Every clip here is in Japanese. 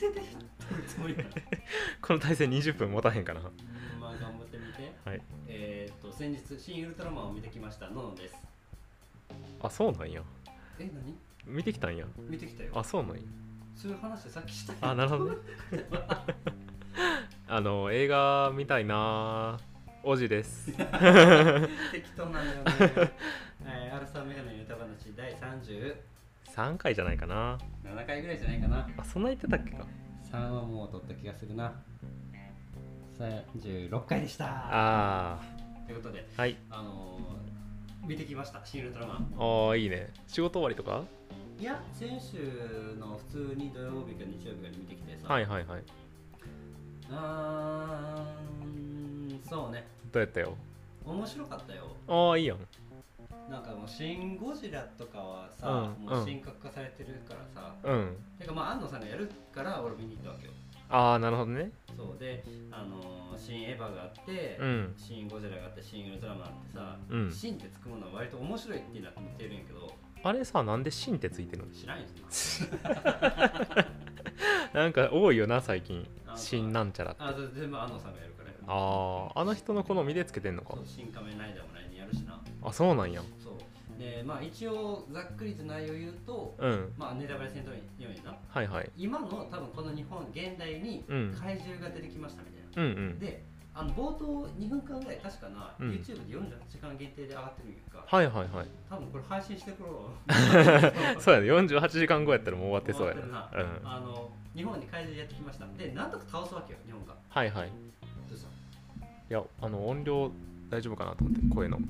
てるつもりだこの体勢20分持たへんかな。 まあ頑張ってみて。 はい。 先日新ウルトラマンを見てきましたののです。 あ、そうなんや。 何見てきたんや。 見てきたよ。 あ、そうなんや。 そういう話さっきしたよ。 あ、なるほどね。映画見たいな。おじです。 適当なのよね。アルサメガネの歌話第 3回じゃないかな。 37回ぐらいじゃないかな。 あ、そんな言ってたっけか。 3はもう取った気がするな。36回でした。 あということで、 はい。 見てきました新ウルトラマン。 ああ、いいね。仕事終わりとか？ いや、先週の普通に土曜日か日曜日かに見てきてさ。 はいはいはい。 そうね。 どうやったよ？ 面白かったよ。 ああ、いいやん。 なんかもうシン・ゴジラとかはさ、もう神格化されてるからさ、てかまあ安野さんがやるから俺見に行ったわけよ。 ああ、なるほどね。 そうで、新エヴァがあって、新ゴジラがあって、新ウルトラマンってさ、新ってつくものは割と面白いってなって見てるんやけど、 あれさ、なんで新ってついてるの？ 知らんよなんか多いよな最近。新なんちゃらって。 全部安野さんがやるから。 あの人の好みでつけてんのか。 新仮面ライダーも来年やるしな。 あ、そうなんや。 そうで、まあ一応ざっくりと内容を言うと、まあネタバレせんとようにな、 はいはい、 今の多分この日本現代に怪獣が出てきましたみたいな、で冒頭2分間ぐらい確かな、YouTube で48時間限定で上がってるんやんか。 はいはいはい。 多分これ配信してくろそうやね、48時間後やったらもう終わってそうやな。 日本に怪獣やってきました。で、なんとか倒すわけよ、日本が。 はいはい。 どうした？ いや、音量大丈夫かなと思って、声の。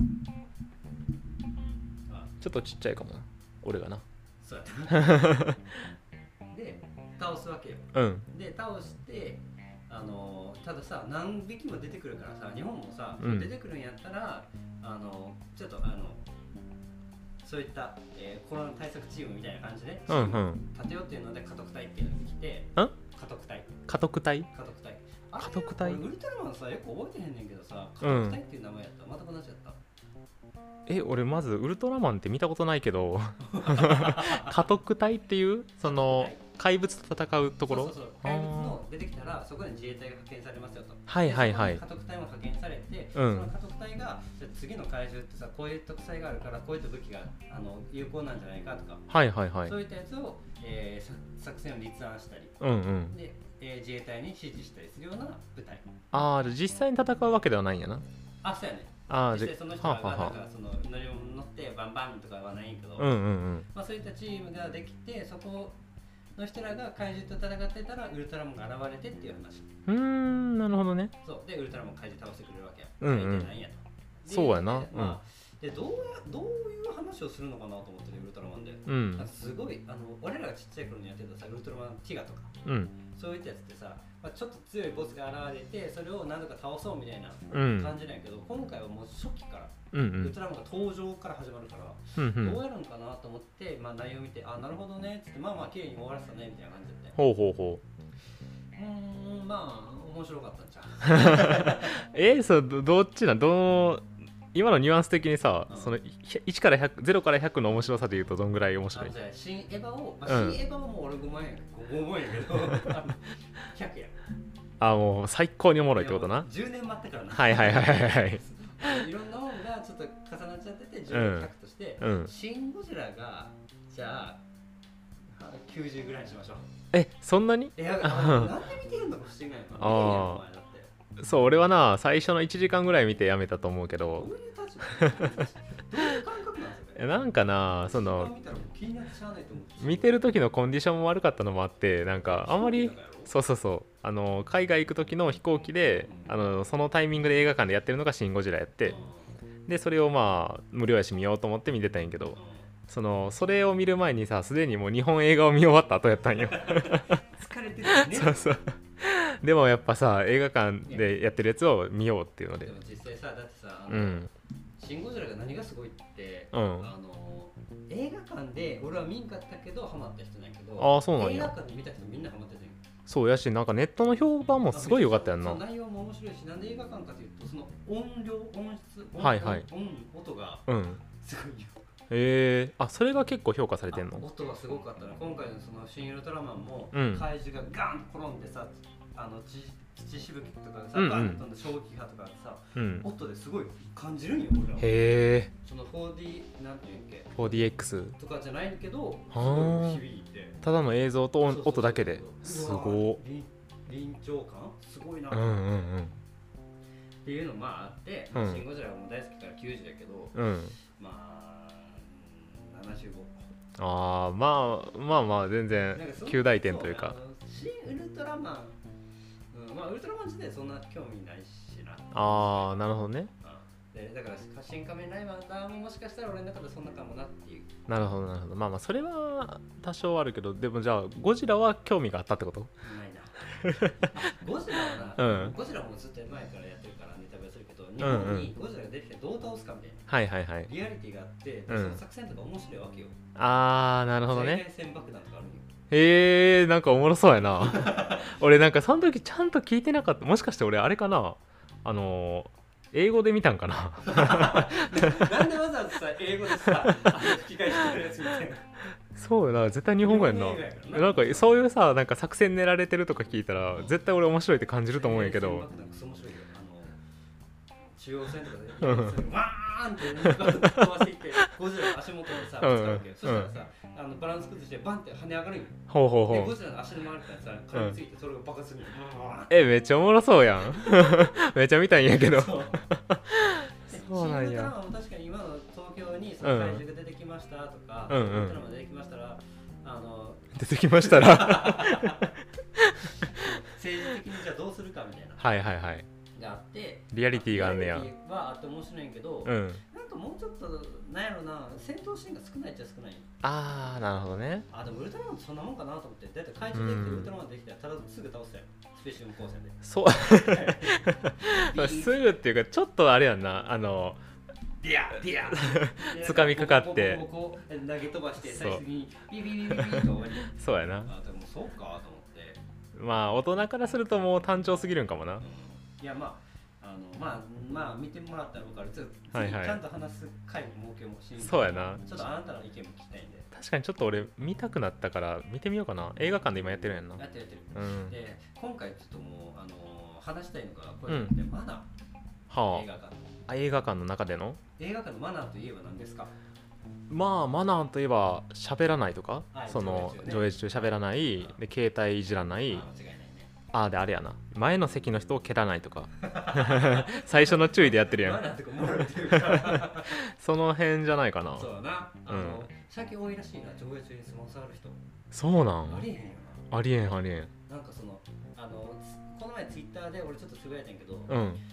ちょっとちっちゃいかもな、俺がな。 そうやったで、倒すわけよ。で、倒して、たださ、何匹も出てくるからさ、日本もさ、出てくるんやったら、ちょっとそういった、コロナ対策チームみたいな感じで、立てようっていうので、家督隊っていうのが来て、家督隊俺ウルトラマンさ、よく覚えてへんねんけどさ、家督隊っていう名前やった。また同じやった。 俺まずウルトラマンって見たことないけど家督隊っていうその怪物と戦うところ、 そう怪物の出てきたらそこに自衛隊が派遣されますよと。 はいはいはい。 家督隊も派遣されて、その家督隊が次の怪獣ってさ、こういう特性があるからこういった武器が有効なんじゃないかとか、 はいはいはい、 そういったやつを、作戦を立案したり、で、自衛隊に指示したりするような部隊。 実際に戦うわけではないんやな。 そうやね。実際その人がなんかその乗り物に乗ってバンバンとかはないけど、まあそういったチームができて、そこの人らが怪獣と戦ってたらウルトラマンが現れてっていう話。 なるほどね。 そうで、ウルトラマン怪獣倒してくれるわけや。なんやと。 そうやな。 でどういう話をするのかなと思ってね、ウルトラマンで。すごい我らがちっちゃい頃にやってたさ、ウルトラマンティガとか、そういったやつってさ、ちょっと強いボスが現れてそれを何とか倒そうみたいな感じなんやけど、今回はもう初期からウルトラマンが登場から始まるから、どうやるんかなと思って、内容見て、なるほどねっつって、まあ綺麗に終わらせたねみたいな感じで、まあ面白かったんちゃうそうどっちな今のニュアンス的にさ、その1から100、0から100の面白さでいうとどんぐらい面白い？ 新エヴァを、新エヴァはもう俺5万円やけど100や。 もう最高におもろいってことな。 10年待ってからな。 はいはいはいはい。 いろんなものがちょっと重なっちゃってて、10年100として、シン・ゴジラがじゃあ90ぐらいにしましょう。 そんなに？ なんで見てるのか不思議ないの？ そう、俺はな、最初の1時間ぐらい見てやめたと思うけど、 どういう感覚なんですか？ なんかな、その見てる時のコンディションも悪かったのもあって、なんかあんまり海外行く時の飛行機でそのタイミングで映画館でやってるのがシン・ゴジラやって、でそれをまあ無料やし見ようと思って見てたんやけど、それを見る前にさ、すでにもう日本映画を見終わった後やったんよ。 疲れてるよね。 そうそう。でもやっぱさ、映画館でやってるやつを見ようっていうので。 でも実際さ、だってさ、シン・ゴジラが何がすごいって、映画館で俺は見んかったけどハマった人なんやけど、 そうなんや。 映画館で見た人みんなハマってたんよ。 そうやし、なんかネットの評判もすごい良かったやんな。 内容も面白いし、なんで映画館かというと、その音質、音がすごいよ。 あ、それが結構評価されてんの？ 音がすごかったね。今回のその新ウルトラマンも、怪獣がガンと転んでさ、土しぶきとかさ、バンと飛んで衝撃波とかさ、音ですごい感じるんよ俺は。その 4D なんていうんけ 4DX とかじゃないけど、すごい響いて、 ただの映像と音だけですごい臨場感すごいなっていうのまああって、シン・ゴジラも大好きから90だけど、まあ75。 まあ全然9大点というか。 新ウルトラマン、まあウルトラマン自体そんな興味ないしな。 なるほどね。 だから新仮面ライダーももしかしたら俺の中でそんなかもなっていう。 なるほどなるほど。まあそれは多少あるけど、でもじゃあゴジラは興味があったってこと？ ないな。ゴジラはな、ゴジラもずっと前からやってるからネタバレするけど、日本にゴジラが出てきてどう倒すかみたいなリアリティがあって、その作戦とか面白いわけよ。 なるほどね。 世界線爆弾とかあるんよ。 なんかおもろそうやな。俺なんかその時ちゃんと聞いてなかった。もしかして俺あれかな、英語で見たんかな。 なんでわざわざさ英語でさ吹き替えしてるやつみたいな。 そうやな、絶対日本語やんな。なんかそういうさ、なんか作戦練られてるとか聞いたら絶対俺面白いって感じると思うんやけど。 中央線とかでワーンって飛ばしていってゴジラの足元でさぶつかるわけよ。そしたらさバランス崩してバンって跳ね上がるんよ。でゴジラの足の周りからさ噛みついてそれが爆発するんよ。 めっちゃおもろそうやん。めっちゃ見たいんやけど。そうなんや。 確かに今の東京にその怪獣が出てきましたとか、ウルトラマン出てきましたら出てきましたら政治的にじゃあどうするかみたいな。 はいがあってリアリティがあんねや。 リアリティはあって面白いんやけど、なんかもうちょっとなんやろな、戦闘シーンが少ないっちゃ少ない。 なるほどね。 でもウルトラマンってそんなもんかなと思って。だって怪獣できてウルトラマンできたらただすぐ倒せよ。スペシウム光線で。 そうすぐっていうかちょっとあれやんな、 ディアつかみかかってこ投げ飛ばして最終的にビビビビビビと終わり。 そうやな。 でもそうかと思って。 まあ大人からするともう単調すぎるんかもな。 いやまあ見てもらったら分かる。次ちゃんと話す回も設けもしに。 そうやな。 ちょっとあなたの意見も聞きたいんで。 確かにちょっと俺見たくなったから見てみようかな。映画館で今やってるやんな。 やってる。で今回ちょっともう話したいのがこれってマナー。映画館。 映画館の中での？ 映画館のマナーといえば何ですか？ マナーといえば喋らないとか、その上映中喋らない、で携帯いじらない。であれやな、前の席の人を蹴らないとか最初の注意でやってるやん。その辺じゃないかな。 そうだな。最近多いらしいな、上映中にスマホ触る人。 そうなん？ ありえへんよな。ありえん。なんかそのこの前ツイッターで俺ちょっとつぶやいたんやけど、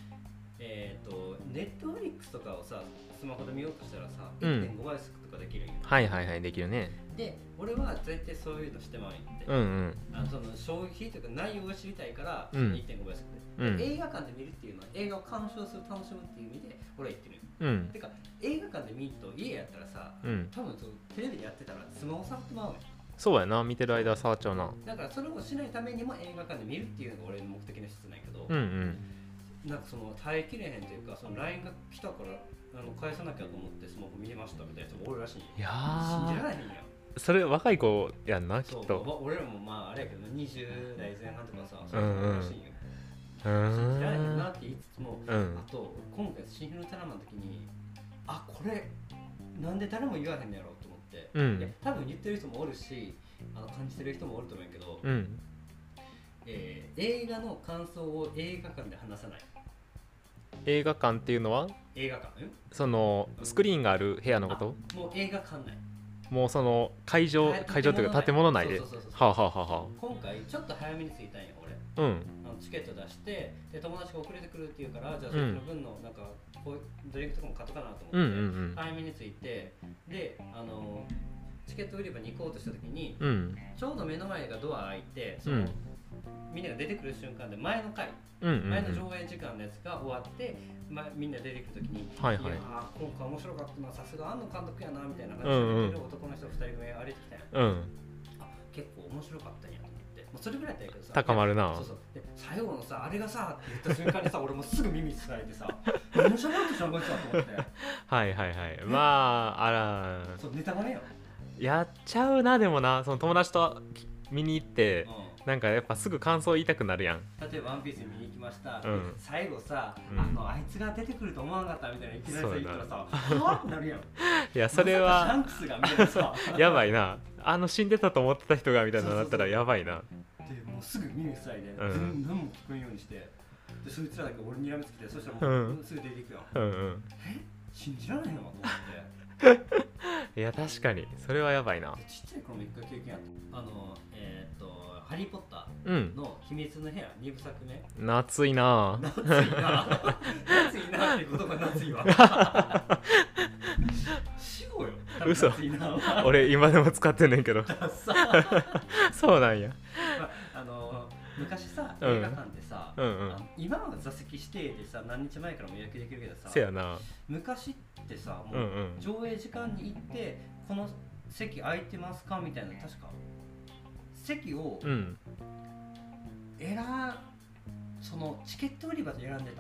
ネットフリックスとかをさスマホで見ようとしたらさ 1.5 倍速とかできるんよ。 できるね。 で俺は絶対そういうのしてまうんって。その衝撃というか内容が知りたいから、1.5 倍速で、映画館で見るっていうのは映画を鑑賞する楽しむっていう意味で俺は言ってる。てか映画館で見ると家やったらさ、多分テレビでやってたらスマホ触ってまうねん。 そうやな、見てる間触っちゃうな。 だからそれをしないためにも映画館で見るっていうのが俺の目的の一つなんやけど、なんかその耐えきれへんというか、その LINE が来たから返さなきゃと思ってスマホ見れましたみたいな人がおるらしいんよ。 いや信じられへんやん。 それ若い子やんな、きっと。 俺らもまああれやけど20代前半とかさ、そういうのらしいんよ。信じられへんなって言いつつも、あと今回新ウルトラマンの時にこれなんで誰も言わへんのやろうと思って、いや多分言ってる人もおるし感じてる人もおると思うんやけど、映画の感想を映画館で話さない。 映画館っていうのは映画館そのスクリーンがある部屋のこと？ もう映画館内、 もうその会場というか建物内で。今回ちょっと早めに着いたんよ俺。チケット出してで友達が遅れてくるって言うから、じゃあその分のなんかこうドリンクとかも買っとかなと思って、早めに着いて、でチケット売り場に行こうとした時に、ちょうど目の前がドア開いて、そのみんなが出てくる瞬間で前の回、前の上映時間のやつが終わって、みんな出てくる時に、いや今回面白かったな、さすが庵野監督やなみたいな感じで男の人2人組歩いてきたんや。結構面白かったんやと思って、 うそれぐらいだったけどさ、 高まるな。 そうそうで最後のさあれがさって言った瞬間にさ俺もすぐ耳塞いでさ何しゃべろうとしたのこいつはと思ってはいはいはい。まああらそうネタバレよ。 やっちゃうな。でもな、その友達と見に行って、なんかやっぱすぐ感想言いたくなるやん。 例えばワンピース見に行きました、最後さ、あいつが出てくると思わなかったみたいないきなり言ったらさはってなるやん。いやそれはシャンクスがみたいなさやばいな。死んでたと思ってた人がみたいなのだったらやばいな。 でもうすぐ耳塞いで、何も聞こえんようにして、でそいつらだけ俺にらみつけて、そしたらもうすぐ出ていくよ。信じられへんわと思って。 いや確かにそれはやばいな。 ちっちゃい頃も一回経験あった。ハリー・ポッターの秘密の部屋2部作目。 夏いな。 夏いな。夏いなって言葉夏いわ。死後よ。 嘘。俺今でも使ってんねんけど。そうなんや。 昔さ映画館でさ、今は座席指定でさ何日前からも予約できるけどさ、 せやな。 昔ってさもう上映時間に行ってこの席空いてますかみたいな、確か席をそのチケット売り場で選んでた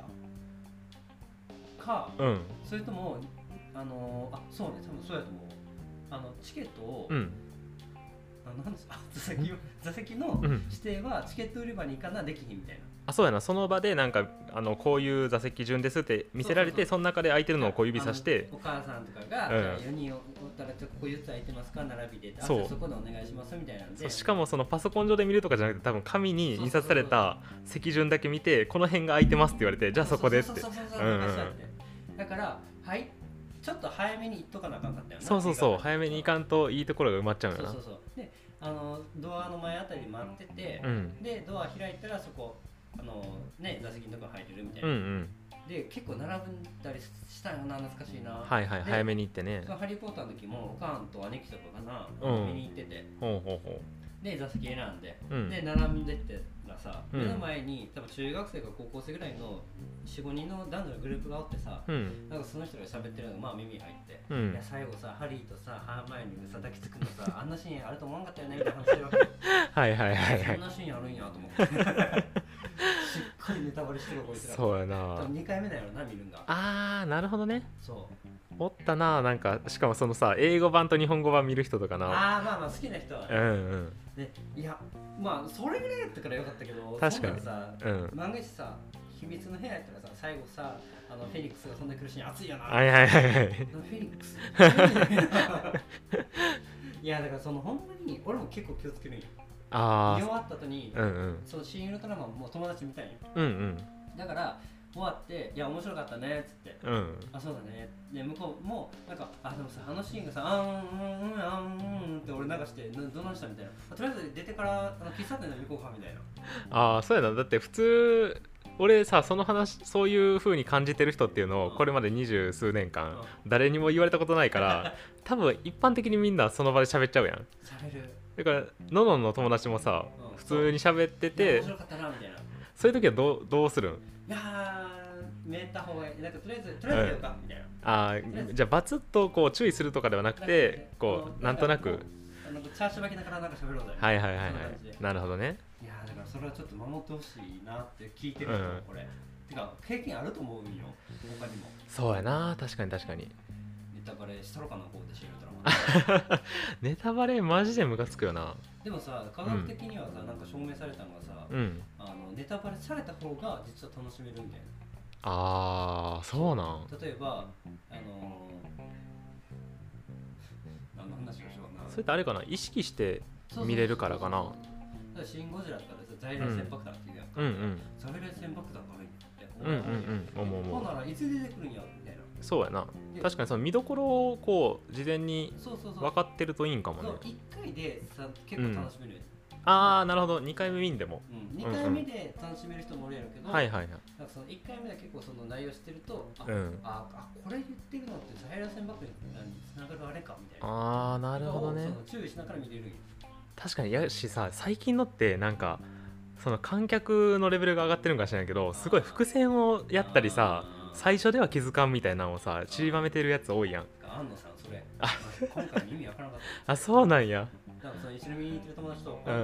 か、それともそうね、多分そうやと思う。チケットをなんですか座席の指定はチケット売り場に行かなできひんみたいな。 そうやな。その場でなんかこういう座席順ですって見せられて、その中で空いてるのを小指さして、 お母さんとかが、4人おったらここ4つ空いてますか並びで、そこでお願いしますみたいなんで。 しかもそのパソコン上で見るとかじゃなくて、多分紙に印刷された席順だけ見て、この辺が空いてますって言われて、じゃあそこでって。 だからはいちょっと早めに行っとかなあかんかったよね。 そう早めに行かんといいところが埋まっちゃうよな。 でドアの前あたりで待ってて、でドア開いたらそこ座席のとこ入れるみたいな、で結構並んだりしたよな。懐かしいな。 早めに行ってね。 ハリー・ポッターの時もおかんと姉貴とかが見に行ってて、で座席選んで、で並んでってらさ、目の前に多分中学生か高校生ぐらいの 4,5 人の男女のグループがおってさ、なんかその人が喋ってるのが耳入って、いや最後さハリーとさハーマイオニーがさ抱きつくのさあんなシーンあると思わなかったよねみたいな話してるわけ。そんなシーンあるんやと思ってしっかりネタバレしてるこいつら。 そうやな。 2回目だよな見るんが。 なるほどね。 そうおったな。なんかしかもそのさ英語版と日本語版見る人とかな。 まあ好きな人はね。でいやまあそれぐらいやったからよかったけど、 確かにさ、万が一さ秘密の部屋やったらさ最後さフェニックスがそんな苦しい熱いよな。フェニックスいやだからそのほんまに俺も結構気をつけるんよ。見終わった後に、そのシン・ウルトラマンも友達みたいよ。だから終わっていや面白かったねっつって、そうだね。で向こうもなんかでもさシーンがさって俺流してどないしたみたいな。とりあえず出てから喫茶店で行こうかみたいな。 そうやな。だって普通俺さその話そういう風に感じてる人っていうのをこれまで20数年間誰にも言われたことないから多分一般的にみんなその場で喋っちゃうやん。 喋る。 だからののの友達もさ普通に喋ってて、 面白かったなみたいな。 そういう時はどうするん？ いやめた方がいい。なんかとりあえずやるかみたいな。 じゃあバツッとこう注意するとかではなくて、こうなんとなくチャーシュー巻きながらなんか喋ろうぜ。 なるほどね。 いやだからそれはちょっと守ってほしいなって聞いてる人これ。てか経験あると思うんよ他にも。 そうやな。確かにネタバレしたろかなこうでシン・ウルトラマン。 ネタバレマジでムカつくよな。 でもさ科学的にはさ、なんか証明されたのがさ、ネタバレされた方が実は楽しめるみたいな。 そうなん。 例えば何の話をしような。 それってあれかな、意識して見れるからかな。 シン・ゴジラとかで在来船舶だっていうやんか。在来船舶だからほんならいつ出てくるんやみたいな。 そうやな。確かにその見どころをこう事前に分かってるといいんかもね。 1回でさ結構楽しめる。 なるほど。2回目見んでも、 2回目で楽しめる人もおるやろうけど、その1回目で結構その内容してるとこれ言ってるのって在来線ばっかりにつながるあれかみたいな。 なるほどね。 注意しながら見れるんよ。 確かに。やしさ最近のってなんかその観客のレベルが上がってるんかもしれないけど、すごい伏線をやったりさ最初では気づかんみたいなのをさ散りばめてるやつ多いやん。 安野さんそれ今回意味わからなかった。 そうなんや。 だからその一緒に見に行ってる友達と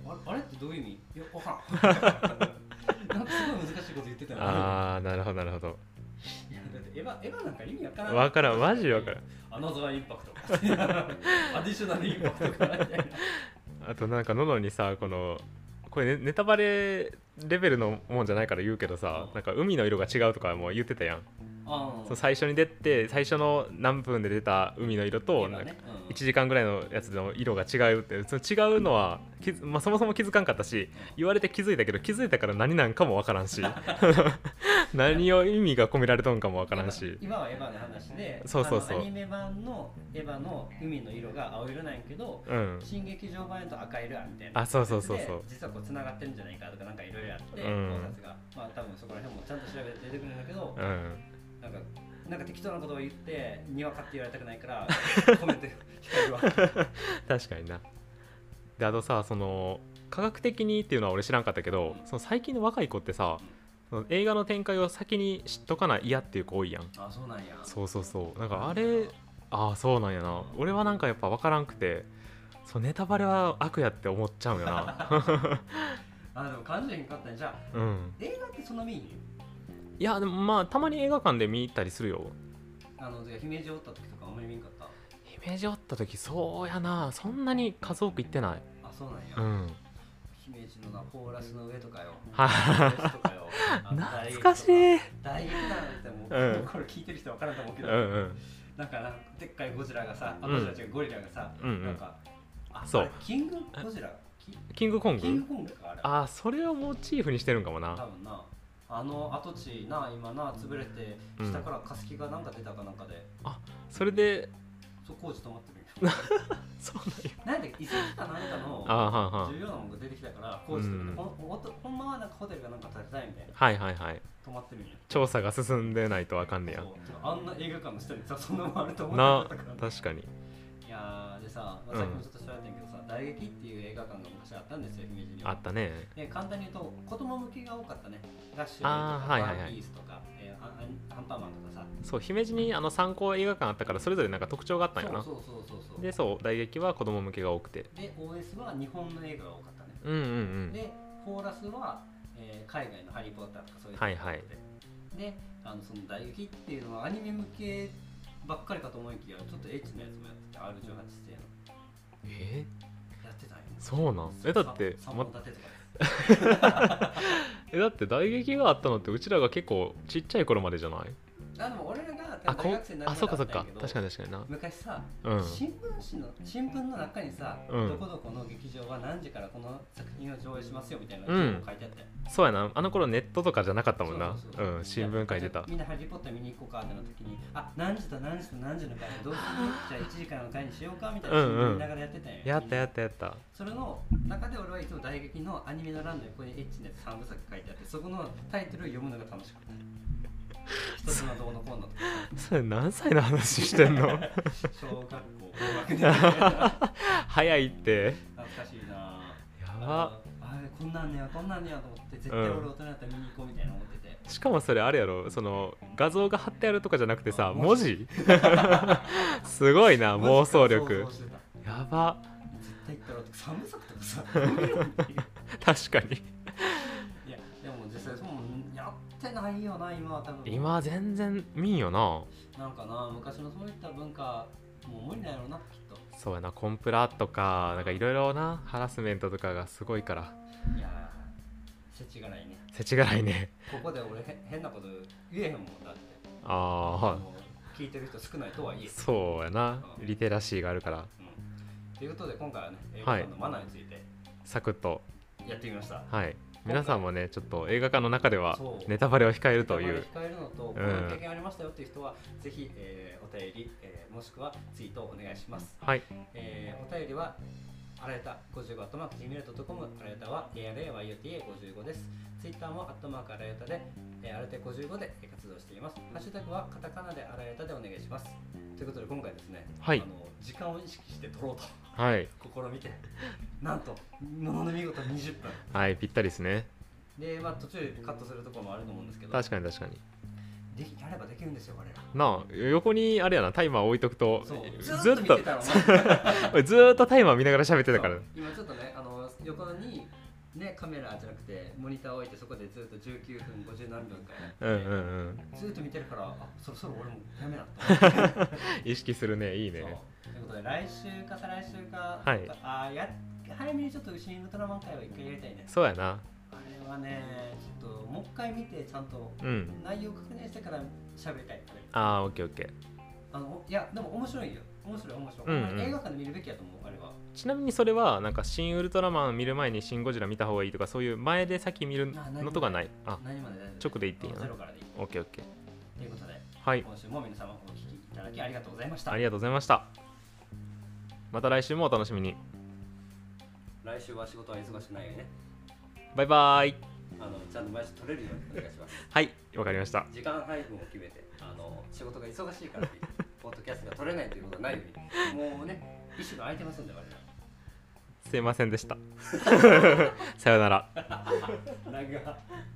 あれってどういう意味？いや分からんなんかすごい難しいこと言ってたよね。 ああなるほどなるほど。 いやだってエヴァなんか意味わからん。 わからんマジわからん。 アナザーインパクトアディショナルインパクトかみたいな。 あとなんかののにさこれネタバレレベルのもんじゃないから言うけどさ、なんか海の色が違うとかも言ってたやん。そう最初に出て最初の何分で出た海の色となんか1時間ぐらいのやつの色が違うってその違うのはそもそも気づかんかったし言われて気づいたけど気づいたから何なんかもわからんし何を意味が込められとんかもわからんし今はエヴァの話でそうそうそうアニメ版のエヴァの海の色が青色なんやけど、新劇場版やと赤色やみたいなそう実はこう繋がってるんじゃないかとかなんかいろいろあって、考察がまあ多分そこら辺もちゃんと調べて出てくるんだけど、なんか適当なことを言ってにわかって言われたくないからコメント控えるわ確かにな。であとさその科学的にっていうのは俺知らんかったけど、その最近の若い子ってさその映画の展開を先に知っとかない嫌っていう子多いやん。 そうなんや。 そうなんかあれそうなんやな。俺はなんかやっぱ分からんくてネタバレは悪やって思っちゃうんやなでも感じへんかったね。じゃあ、映画ってそんな見えへん？ いやでもまあたまに映画館で見たりするよ。 姫路おった時とかあんまり見んかった？ 姫路おった時そうやなそんなに数多く行ってない。 そうなんや。姫路のフォーラスの上とかよ。 懐かしい。 大劇団ってもう、これ聞いてる人分からんと思うけど、なんかでっかいゴジラがさ、ゴリラがさ、なんかそうキングゴジラキングコングかあれ。 それをモチーフにしてるんかもな。 多分な。跡地な今な潰れて下から化石がなんか出たかなんかで、 それで工事止まってるんやそうなんや。なんで遺跡かなんかの重要なものが出てきたから工事止めて、ほんまはなんかホテルがなんか建てたいみたいな。止まってるんや。 調査が進んでないとわかんねや。 あんな映画館の下にさそんなもんあると思わなかったから。 確かに。 いやでさ、さっきもちょっと調べてんけどさ、大劇っていう映画館が昔あったんですよ、姫路に。 あったね。 で簡単に言うと子供向けが多かったね。ラッシュとかワンピースとかアンパンマンとかさ。 そう姫路に3校映画館あったからそれぞれなんか特徴があったんやな。 そうで大劇は子供向けが多くて、 で OS は日本の映画が多かったね。でフォーラスは、海外のハリー・ポッターとかそういうのが多くて、でその大劇っていうのはアニメ向けばっかりかと思いきやちょっとエッチなやつもやってて R18 指定のやってたんよ。 そうなんだって 3本立てとかだって大劇があったのってうちらが結構ちっちゃい頃までじゃない？ でも俺らが大学生になるまであったんやけど、 確かにな。 昔さ、新聞の中にさ、どこどこの劇場は何時からこの作品を上映しますよみたいなのが書いてあったよ。 そうやな、あの頃ネットとかじゃなかったもんな。新聞書いてた。 みんなハリーポッター見に行こうかってなった時に、何時と何時と何時の回どうする？じゃあ1時からの回にしようかみたいな新聞見ながらやってたんよ。 やった。 それの中で俺はいつも大劇のアニメの欄の横にエッチなやつ3部作書いてあって、そこのタイトルを読むのが楽しかった。一つのどうのこうのとか。 それ何歳の話してんの？ 小学校高学年早いって。 懐かしいな。 やば。 こんなんねやと思って絶対俺大人だったら見に行こうみたいな思ってて。 しかもそれあれやろ、その画像が貼ってあるとかじゃなくてさ、文字すごいな、妄想力。やば。 絶対行ったろって3部作とかさ。 確かに。 いやでも実際そうやってないよな今は多分。 今全然見んよな。 なんかな、昔のそういった文化もう無理だろうなきっと。 そうやな、コンプラとかなんかいろいろなハラスメントとかがすごいから。 いや世知辛いね。 世知辛いね。 ここで俺変なこと言えへんもんだって。聞いてる人少ないとはいえ。 そうやな、リテラシーがあるから。 ということで今回はね、映画館のマナーについてサクッとやってみました。 はい。皆さんもねちょっと映画館の中ではネタバレを控えるという。 控えるのと、この経験ありましたよっていう人はぜひ、お便り、もしくはツイートをお願いします。 はい。 お便りはあらやた55@gmail.com、あらやたは ARAYUTA55 です。ツイッターもあらやたであらやた55で活動しています。ハッシュタグはカタカナであらやたでお願いします。ということで今回ですね、時間を意識して撮ろうと、試みて、なんとものの見事20分。 はい、ぴったりですね。 で、途中でカットするところもあると思うんですけど、 確かにやればできるんですよ、我ら。 なあ、横にあれやな、タイマー置いとくとずっとずっとタイマー見ながら喋ってたから。 今ちょっとね、 横にね、カメラじゃなくてモニターを置いてそこでずっと19分50何分かずっと見てるから、あ、そろそろ俺もやめなと思って意識するね。いいね。 ということで来週か再来週か、 はい、 早めにちょっと新ウルトラマン会を一回やりたいね。 そうやな。 あれはね、ちょっともう一回見てちゃんと内容を確認してから喋りたい。 ああ、オッケーオッケー。いやでも面白いよ。面白い。映画館で見るべきやと思う、あれは。 ちなみにそれはなんか新ウルトラマン見る前にシンゴジラ見た方がいいとか、そういう前で先見るのとかない？ 何まで直で言っていいの？ ゼロからでいい。 オッケーオッケー。 ということで、 はい、 今週も皆様お聞きいただきありがとうございました。 ありがとうございました。また来週もお楽しみに。 来週は仕事は忙しくないよね。 バイバーイ。 ちゃんと毎週取れるようにお願いします。 はい、わかりました。 時間配分を決めて、仕事が忙しいからポッドキャストが取れないということがないように、もうね、一週が空いてますんで、我々。 すいませんでした。さよなら。 長